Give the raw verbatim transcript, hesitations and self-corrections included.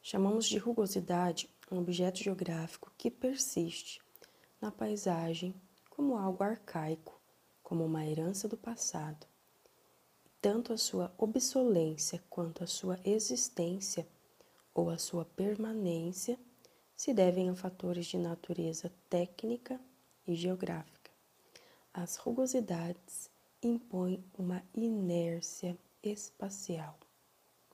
Chamamos de rugosidade um objeto geográfico que persiste na paisagem como algo arcaico, como uma herança do passado. Tanto a sua obsolência quanto a sua existência ou a sua permanência se devem a fatores de natureza técnica e geográfica. As rugosidades impõem uma inércia espacial.